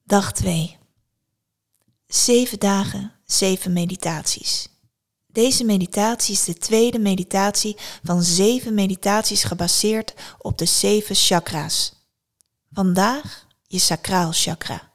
Dag 2. 7 dagen, 7 meditaties. Deze meditatie is de tweede meditatie van 7 meditaties gebaseerd op de 7 chakra's. Vandaag je sacraal chakra.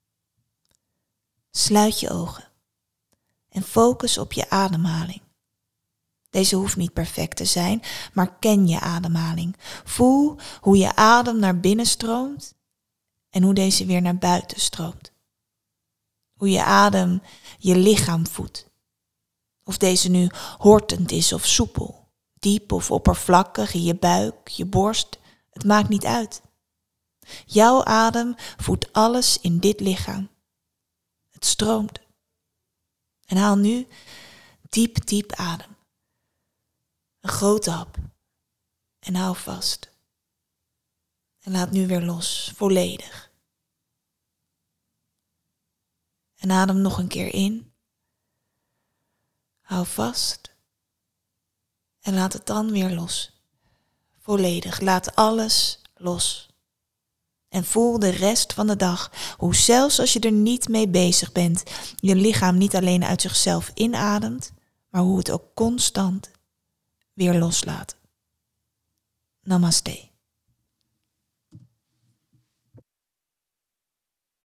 Sluit je ogen en focus op je ademhaling. Deze hoeft niet perfect te zijn, maar ken je ademhaling. Voel hoe je adem naar binnen stroomt en hoe deze weer naar buiten stroomt. Hoe je adem je lichaam voedt. Of deze nu hortend is of soepel, diep of oppervlakkig in je buik, je borst, het maakt niet uit. Jouw adem voedt alles in dit lichaam. Het stroomt. En haal nu diep adem. Een grote hap. En hou vast. En laat nu weer los, volledig. En adem nog een keer in. Hou vast. En laat het dan weer los. Volledig, laat alles los. En voel de rest van de dag, hoe zelfs als je er niet mee bezig bent, je lichaam niet alleen uit zichzelf inademt, maar hoe het ook constant weer loslaat. Namaste.